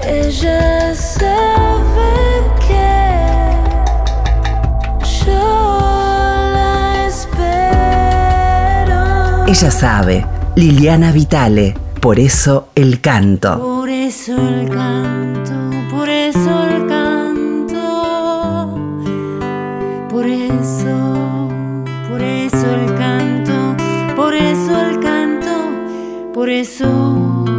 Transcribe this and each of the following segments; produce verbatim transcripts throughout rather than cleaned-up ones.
Ella sabe que yo la espero. Ella sabe, Liliana Vitale, por eso el canto. Por eso el canto, por eso el canto, por eso, por eso el canto, por eso el canto, por eso.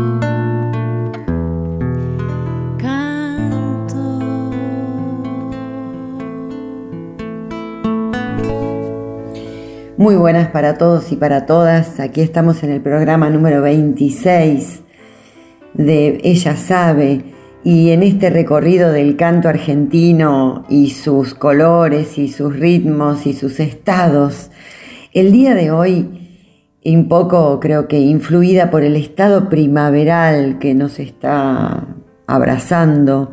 Muy buenas para todos y para todas. Aquí estamos en el programa número veintiséis de Ella Sabe, y en este recorrido del canto argentino y sus colores y sus ritmos y sus estados. El día de hoy, un poco creo que influida por el estado primaveral que nos está abrazando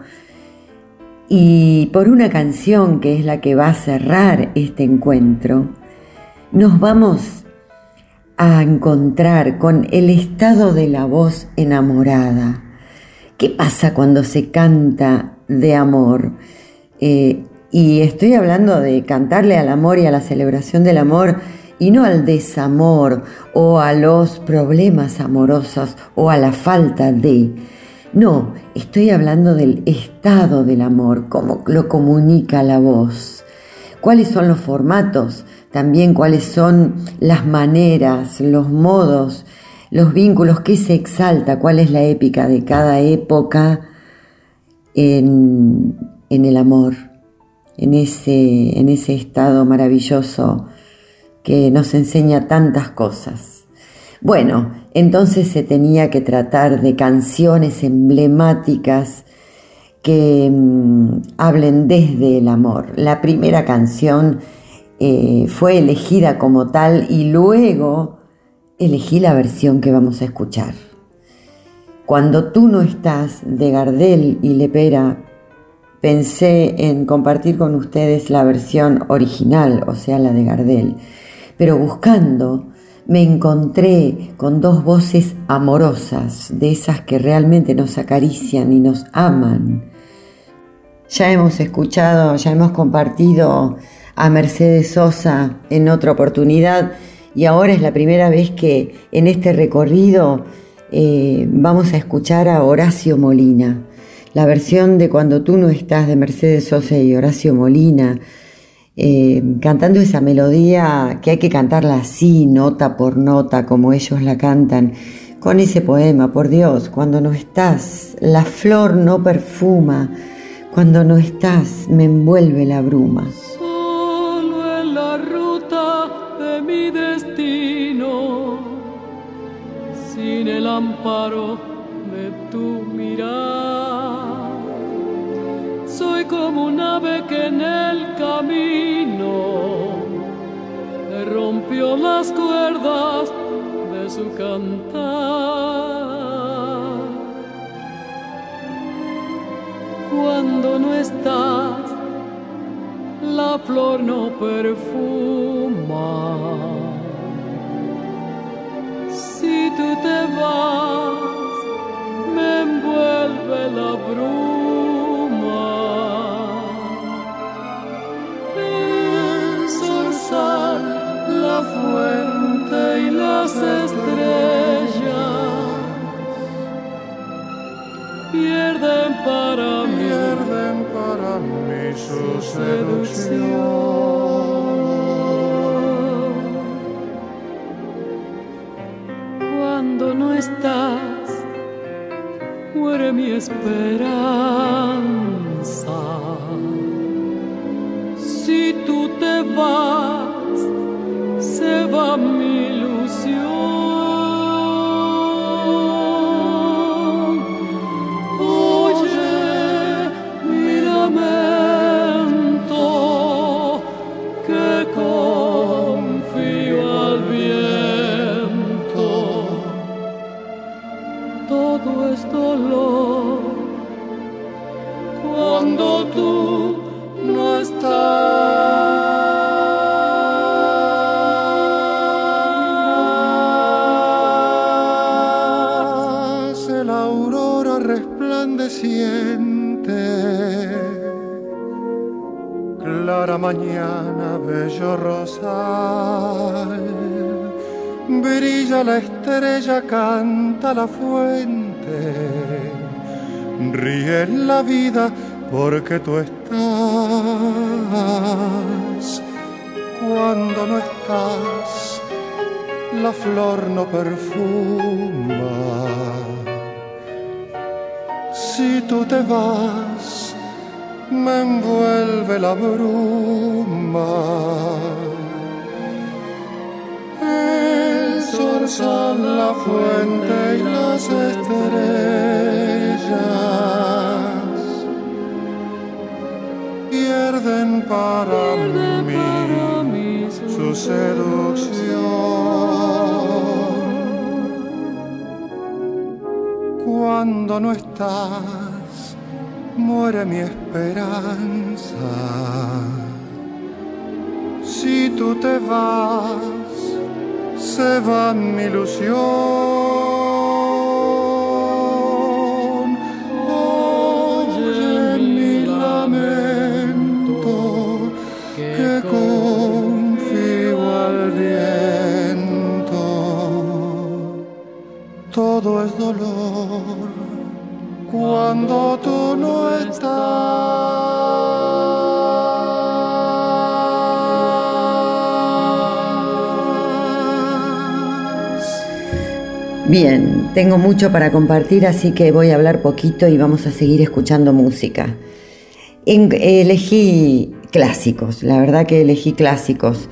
y por una canción que es la que va a cerrar este encuentro, nos vamos a encontrar con el estado de la voz enamorada. ¿Qué pasa cuando se canta de amor? Eh, y estoy hablando de cantarle al amor y a la celebración del amor, y no al desamor o a los problemas amorosos o a la falta de. No, estoy hablando del estado del amor, cómo lo comunica la voz. ¿Cuáles son los formatos? También cuáles son las maneras, los modos, los vínculos, qué se exalta, cuál es la épica de cada época en, en el amor, en ese, en ese estado maravilloso que nos enseña tantas cosas. Bueno, entonces se tenía que tratar de canciones emblemáticas que mmm, hablen desde el amor. La primera canción eh, fue elegida como tal y luego elegí la versión que vamos a escuchar. Cuando tú no estás, de Gardel y Lepera. Pensé en compartir con ustedes la versión original, o sea, la de Gardel, pero buscando me encontré con dos voces amorosas, de esas que realmente nos acarician y nos aman. Ya hemos escuchado, ya hemos compartido a Mercedes Sosa en otra oportunidad, y ahora es la primera vez que en este recorrido eh, vamos a escuchar a Horacio Molina. La versión de Cuando tú no estás, de Mercedes Sosa y Horacio Molina, eh, cantando esa melodía que hay que cantarla así, nota por nota, como ellos la cantan, con ese poema. Por Dios, cuando no estás, la flor no perfuma, cuando no estás, me envuelve la bruma. Solo en la ruta de mi destino, sin el amparo de tu mirar, soy como un ave que en el camino le rompió las cuerdas de su cantar. Cuando no estás, la flor no perfuma. Si tú te vas, me envuelve la bruma. El zorzal, la fuente y las estrellas pierden para mí, pierden para mí su seducción. Cuando no estás, muere mi esperanza. Si tú te vas, se va mi ilusión. Oye mi lamento, que confío al viento. Todo es dolor cuando tú no estás. resplandeciente. Clara mañana, bello rosal, brilla la estrella, canta la fuente, ríe la vida porque tú estás. Cuando no estás, la flor no perfuma. Si tú te vas, me envuelve la bruma. El zorzal, la fuente y las estrellas pierden para Pierden mí, para mí su seducción. Cuando no estás, muere mi esperanza. Si tú te vas, se va mi ilusión. Oye mi lamento, que confío al viento. Todo es dolor cuando tú no estás. Bien, tengo mucho para compartir, así que voy a hablar poquito y vamos a seguir escuchando música. En, elegí clásicos, la verdad que elegí clásicos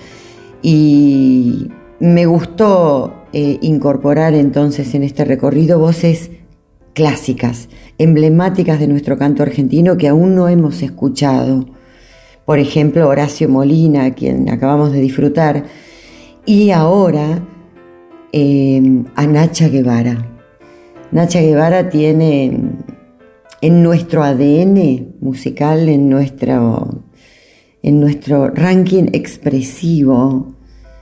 y me gustó eh, incorporar entonces en este recorrido voces clásicas, emblemáticas de nuestro canto argentino que aún no hemos escuchado. Por ejemplo, Horacio Molina, a quien acabamos de disfrutar, y ahora eh, a Nacha Guevara. Nacha Guevara tiene en nuestro A D N musical, en nuestro, en nuestro ranking expresivo,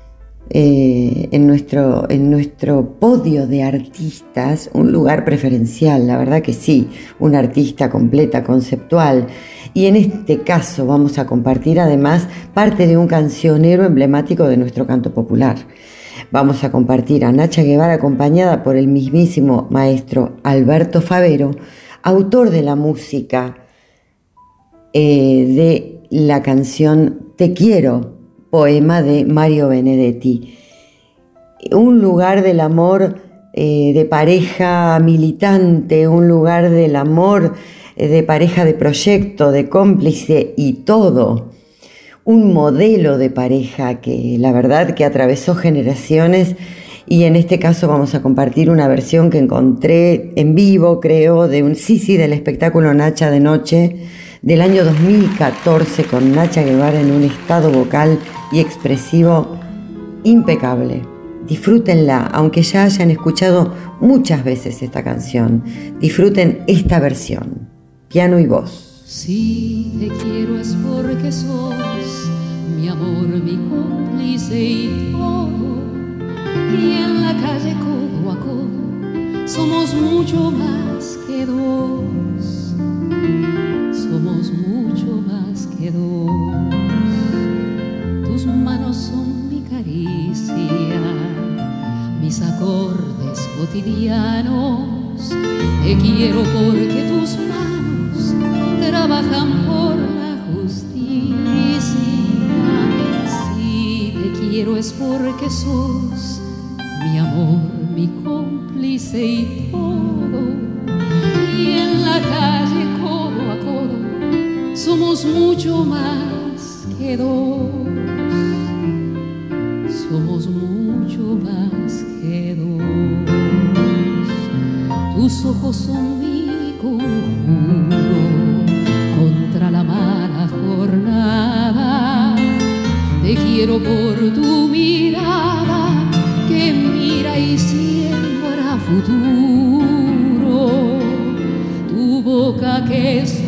Eh, en, nuestro, en nuestro podio de artistas, un lugar preferencial, la verdad que sí, una artista completa, conceptual. Y en este caso vamos a compartir además parte de un cancionero emblemático de nuestro canto popular. Vamos a compartir a Nacha Guevara acompañada por el mismísimo maestro Alberto Favero, autor de la música eh, de la canción Te Quiero, poema de Mario Benedetti. Un lugar del amor eh, de pareja militante, un lugar del amor eh, de pareja de proyecto, de cómplice y todo. Un modelo de pareja que la verdad que atravesó generaciones, y en este caso vamos a compartir una versión que encontré en vivo, creo, de un Sisi del espectáculo Nacha de Noche del año dos mil catorce, con Nacha Guevara en un estado vocal y expresivo impecable. Disfrútenla, aunque ya hayan escuchado muchas veces esta canción. Disfruten esta versión, piano y voz. Si te quiero es porque sos mi amor, mi cómplice y todo. Y en la calle codo a codo somos mucho más que dos. Somos mucho más que dos. Tus manos son mi caricia, mis acordes cotidianos. Te quiero porque tus manos trabajan por la justicia. Si te quiero es porque sos mi amor, mi cómplice y todo. Y en la calle codo a codo somos mucho más que dos. Somos mucho más que dos. Tus ojos son mi conjuro contra la mala jornada. Te quiero por tu mirada que mira y siembra futuro. Tu boca que es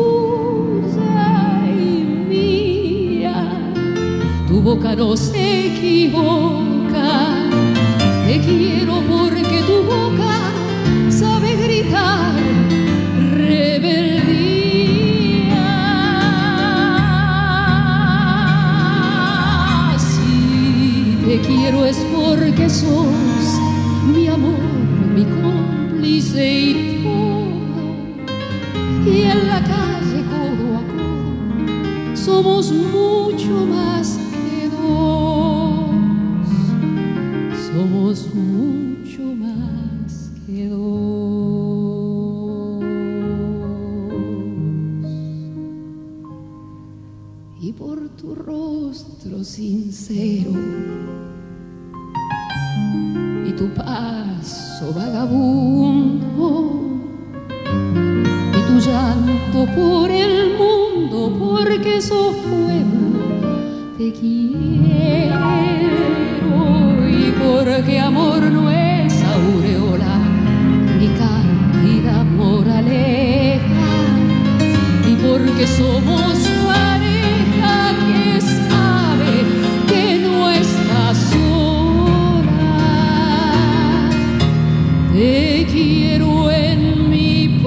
tuya y mía, tu boca no se equivoca. Te quiero porque tu boca sabe gritar, porque sos mi amor, mi cómplice y todo. Y en la calle codo a codo somos mucho más que dos. Somos mucho más que dos. Y por tu rostro sincero y tu paso vagabundo y tu llanto por el mundo, porque sos pueblo, te quiero. Y porque amor no es aureola ni cándida moraleja, y porque somos pareja que sabe que no está sola. Te quiero en mi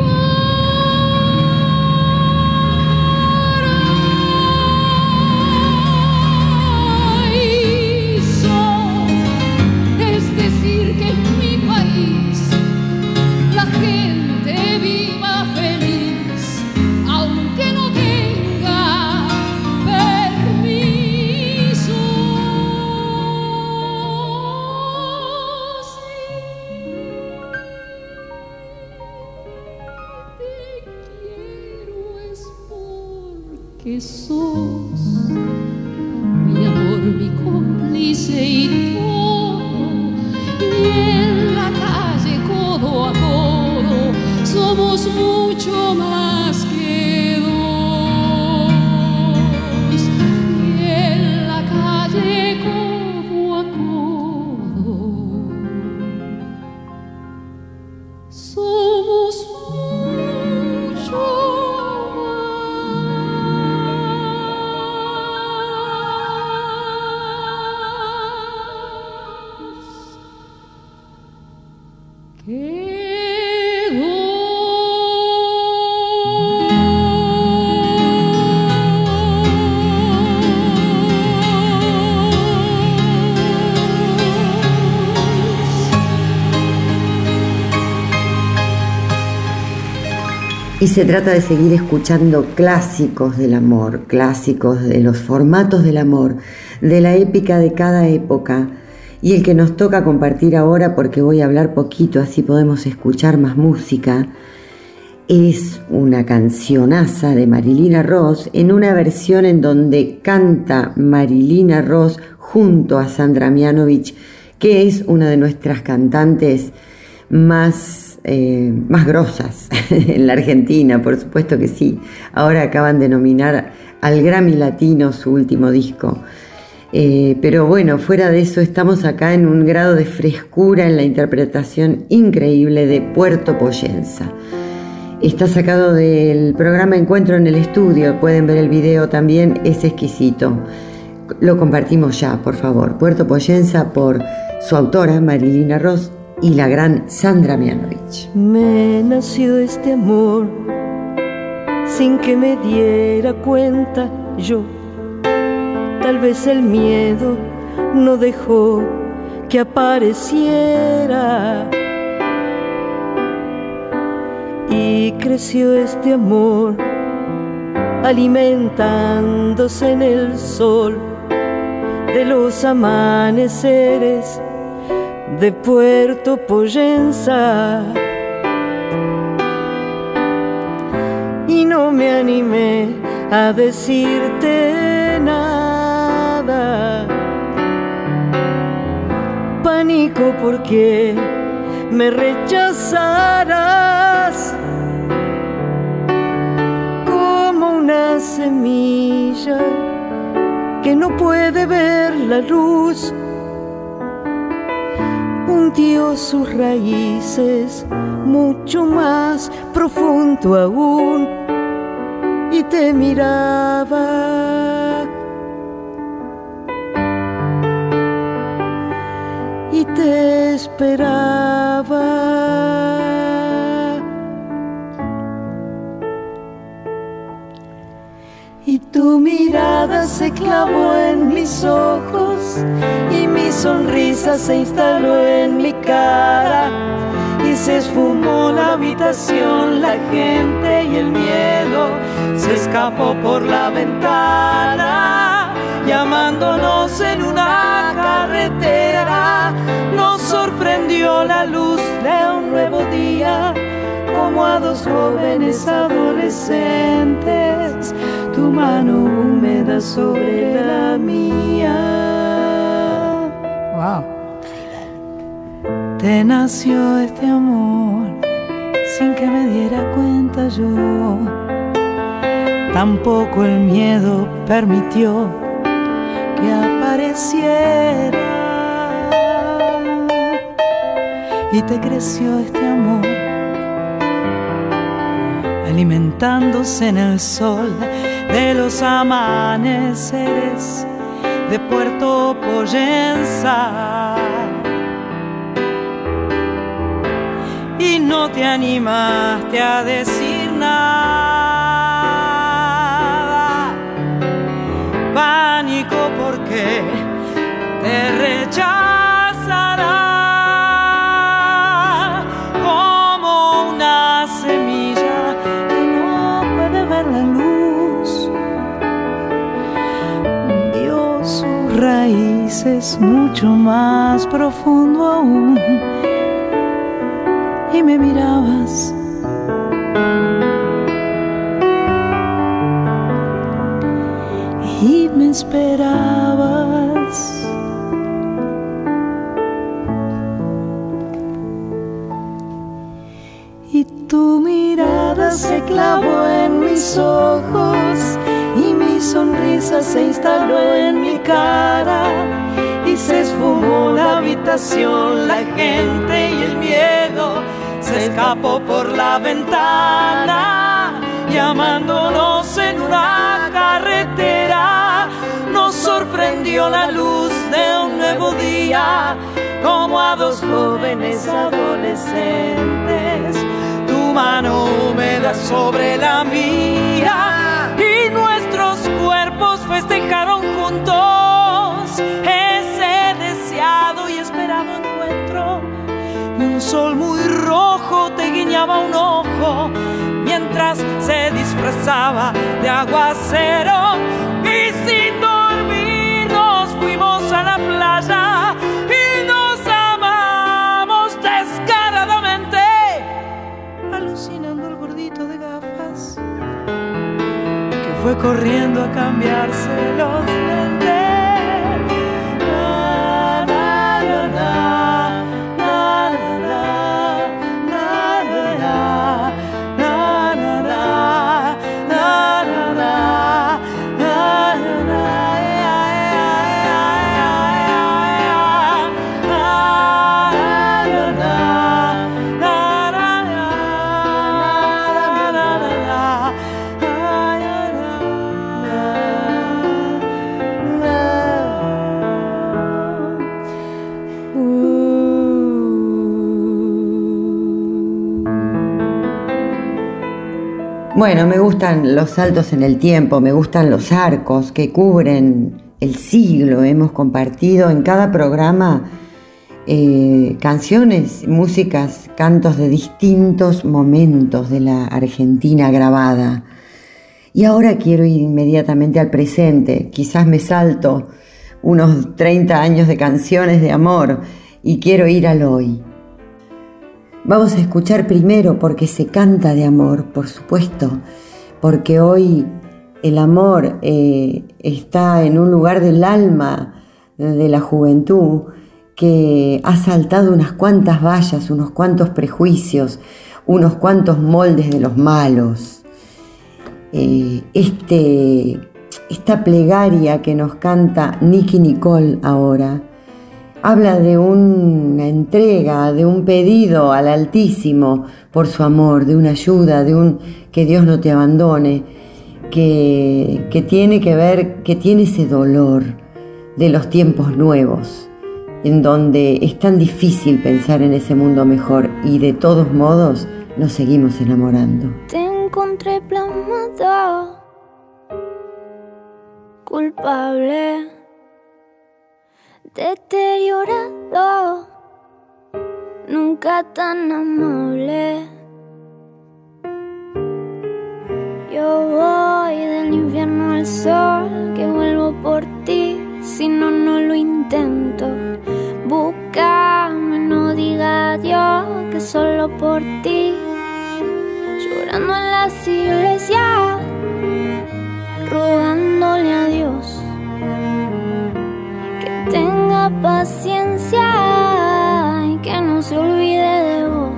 paraíso, es decir que en mi país la gente viva feliz, aunque no tenga permiso. Sí, te quiero es porque sos mi amor, mi cómplice y todo. Y en la calle codo a codo somos mucho más que dos. Y en la calle codo a codo somos mucho más que Y se trata de seguir escuchando clásicos del amor, clásicos de los formatos del amor, de la épica de cada época. Y el que nos toca compartir ahora, porque voy a hablar poquito, así podemos escuchar más música, es una cancionaza de Marilina Ross, en una versión en donde canta Marilina Ross junto a Sandra Mianovich, que es una de nuestras cantantes más, eh, más grosas en la Argentina, por supuesto que sí. Ahora acaban de nominar al Grammy Latino su último disco. Eh, pero bueno, fuera de eso, estamos acá en un grado de frescura en la interpretación increíble de Puerto Poyensa. Está sacado del programa Encuentro en el Estudio, pueden ver el video también, es exquisito. Lo compartimos ya, por favor. Puerto Poyensa por su autora, Marilina Ross, y la gran Sandra Mianovich. Me nació este amor sin que me diera cuenta yo. Tal vez el miedo no dejó que apareciera. Y creció este amor alimentándose en el sol de los amaneceres de Puerto Poyensa. Y no me animé a decirte nada, pánico porque me rechazarás como una semilla que no puede ver la luz. Hundió sus raíces mucho más profundo aún y te miraba y te esperaba. y tu mirada se clavó en mis ojos y mi sonrisa se instaló en mi cara y se esfumó la habitación, la gente y el miedo se escapó por la ventana, llamándonos en una carretera. Nos sorprendió la luz de un nuevo día, como a dos jóvenes adolescentes, tu mano húmeda sobre la mía. Wow. Te nació este amor sin que me diera cuenta yo. Tampoco el miedo permitió que apareciera. Y te creció este amor, alimentándose en el sol de los amaneceres de Puerto Poyensa. Y no te animaste a decir nada, pánico porque te rechazará como una semilla que no puede ver la luz. Hundió sus raíces mucho más profundo aún. Y me mirabas y me esperabas. Y tu mirada se clavó en mis ojos y mi sonrisa se instaló en mi cara y se esfumó la habitación, la gente y el miedo se escapó por la ventana, llamándonos en una carretera. Nos sorprendió la luz de un nuevo día, como a dos jóvenes adolescentes, tu mano húmeda sobre la mía, y nuestros cuerpos festejaron juntos ese deseado y esperado encuentro. Un sol muy rojo te guiñaba un ojo mientras se disfrazaba de aguacero, y sin dormir nos fuimos a la playa y nos amamos descaradamente, alucinando al gordito de gafas que fue corriendo a cambiarse los lentes. Bueno, me gustan los saltos en el tiempo, me gustan los arcos que cubren el siglo. Hemos compartido en cada programa eh, canciones, músicas, cantos de distintos momentos de la Argentina grabada. Y ahora quiero ir inmediatamente al presente. Quizás me salto unos treinta años de canciones de amor y quiero ir al hoy. Vamos a escuchar primero porque se canta de amor, por supuesto, porque hoy el amor eh, está en un lugar del alma de la juventud que ha saltado unas cuantas vallas, unos cuantos prejuicios, unos cuantos moldes de los malos. Eh, este, esta plegaria que nos canta Nicky Nicole ahora habla de una entrega, de un pedido al Altísimo por su amor, de una ayuda, de un que Dios no te abandone, que, que tiene que ver, que tiene ese dolor de los tiempos nuevos, en donde es tan difícil pensar en ese mundo mejor y de todos modos nos seguimos enamorando. Te encontré plasmada culpable, deteriorado, nunca tan amable. Yo voy del infierno al sol, que vuelvo por ti, si no, no lo intento. Búscame, no diga adiós, que solo por ti. Llorando en las iglesias, rogándole a Dios que tenga paciencia y que no se olvide de vos.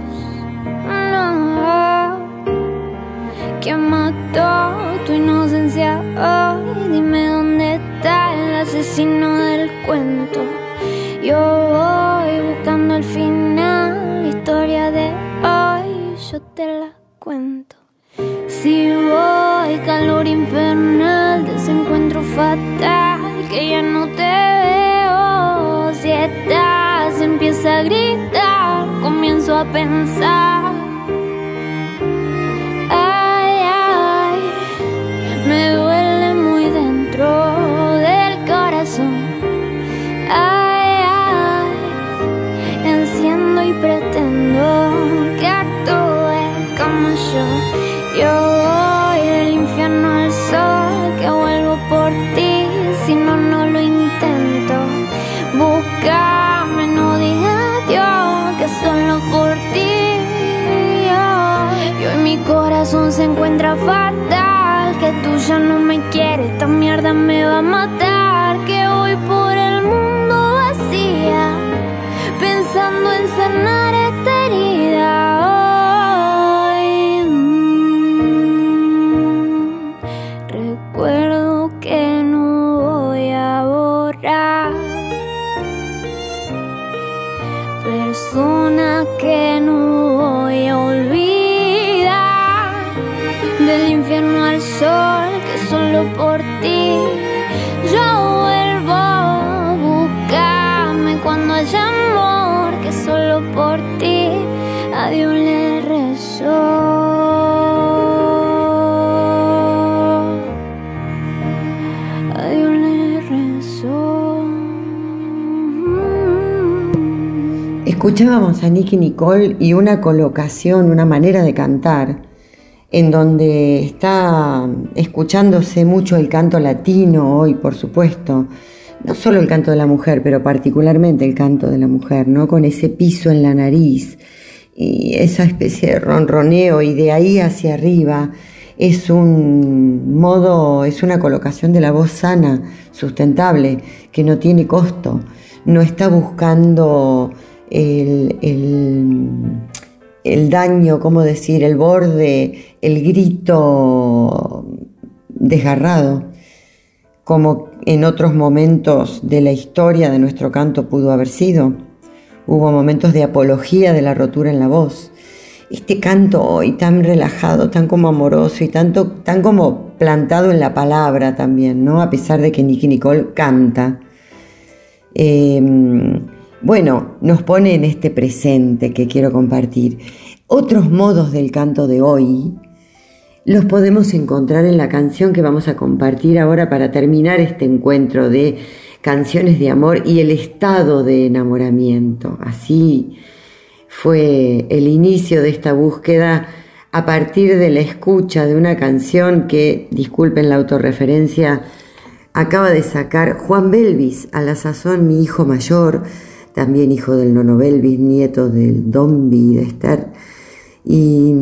No, que mató tu inocencia hoy. Dime dónde está el asesino del cuento. Yo voy buscando el final, la historia de hoy, yo te la cuento. Si voy, calor infernal, desencuentro fatal, que ya no te veo. Si estás, empieza a gritar, comienzo a pensar. Ay, ay, me duele muy dentro del corazón. Ay, ay, enciendo y pretendo que actúe como yo. Yo voy del infierno al sol, que vuelvo por ti, si no, no lo intento. Búscame, no digas adiós, que solo por ti. Y hoy mi corazón se encuentra fatal, que tú ya no me quieres, esta mierda me va a matar. Que voy por el mundo vacía, pensando en sanar esta herida. Recuerdo que no voy a borrar personas que no voy a olvidar. Del infierno al sol, que solo por ti yo vuelvo. Búscame cuando haya amor, que solo por ti a Dios le rezo. Escuchábamos a Nicki Nicole y una colocación, una manera de cantar, en donde está escuchándose mucho el canto latino hoy, por supuesto. No solo el canto de la mujer, pero particularmente el canto de la mujer, ¿no? Con ese piso en la nariz y esa especie de ronroneo, y de ahí hacia arriba es un modo, es una colocación de la voz sana, sustentable, que no tiene costo. No está buscando El, el, el daño, ¿cómo decir?, el borde, el grito desgarrado, como en otros momentos de la historia de nuestro canto pudo haber sido. Hubo momentos de apología de la rotura en la voz. Este canto hoy tan relajado, tan como amoroso y tanto, tan como plantado en la palabra también, ¿no? A pesar de que Nicki Nicole canta. Eh, Bueno, nos pone en este presente que quiero compartir. Otros modos del canto de hoy los podemos encontrar en la canción que vamos a compartir ahora para terminar este encuentro de canciones de amor y el estado de enamoramiento. Así fue el inicio de esta búsqueda a partir de la escucha de una canción que, disculpen la autorreferencia, acaba de sacar Juan Belvis, a la sazón mi hijo mayor, también hijo del Nono Belvis, nieto del Dombi y de Esther. Y,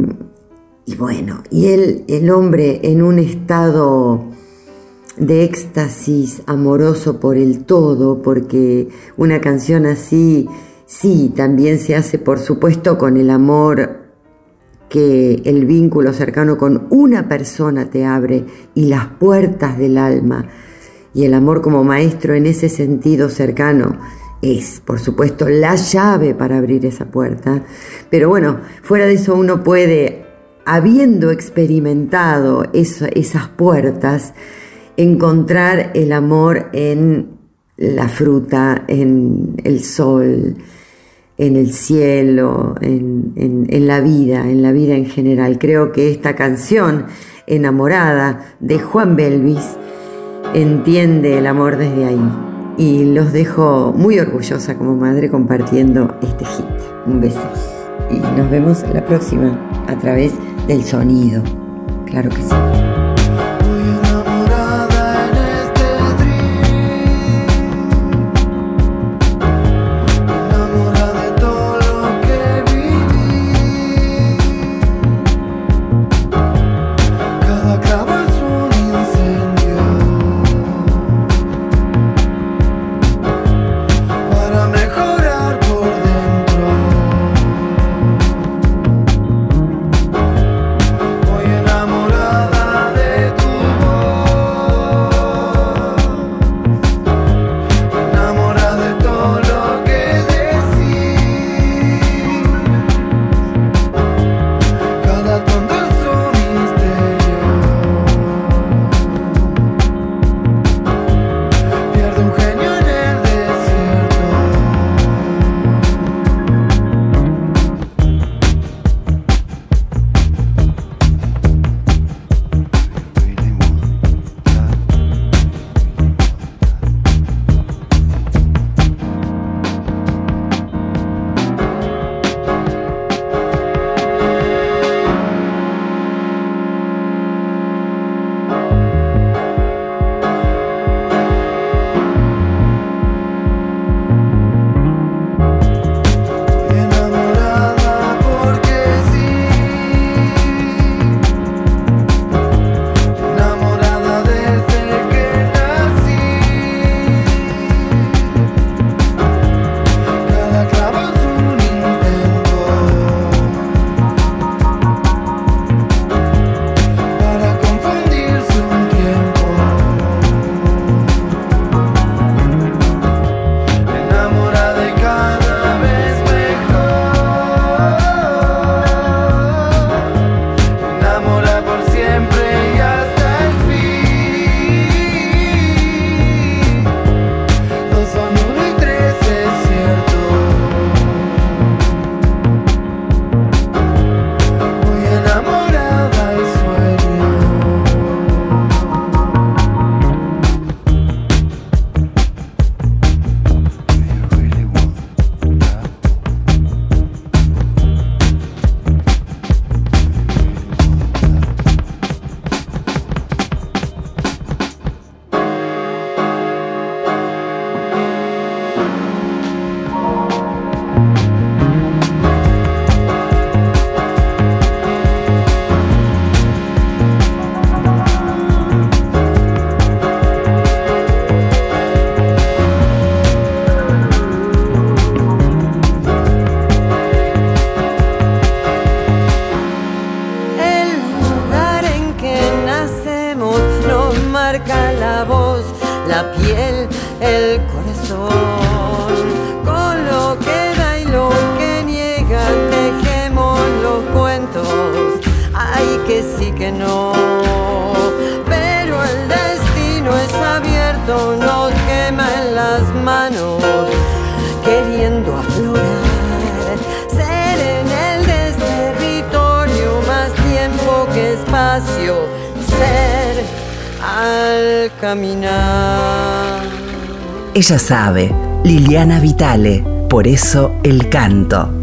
y bueno, y él, el hombre en un estado de éxtasis amoroso por el todo, porque una canción así, sí, también se hace, por supuesto, con el amor que el vínculo cercano con una persona te abre y las puertas del alma. Y el amor como maestro en ese sentido cercano es, por supuesto, la llave para abrir esa puerta. Pero bueno, fuera de eso uno puede, habiendo experimentado eso, esas puertas, encontrar el amor en la fruta, en el sol, en el cielo, en, en, en la vida, en la vida en general. Creo que esta canción, Enamorada, de Juan Belvis, entiende el amor desde ahí. Y los dejo muy orgullosa como madre compartiendo este hit. Un beso. Y nos vemos la próxima a través del sonido. Claro que sí. Ella sabe, Liliana Vitale, por eso el canto.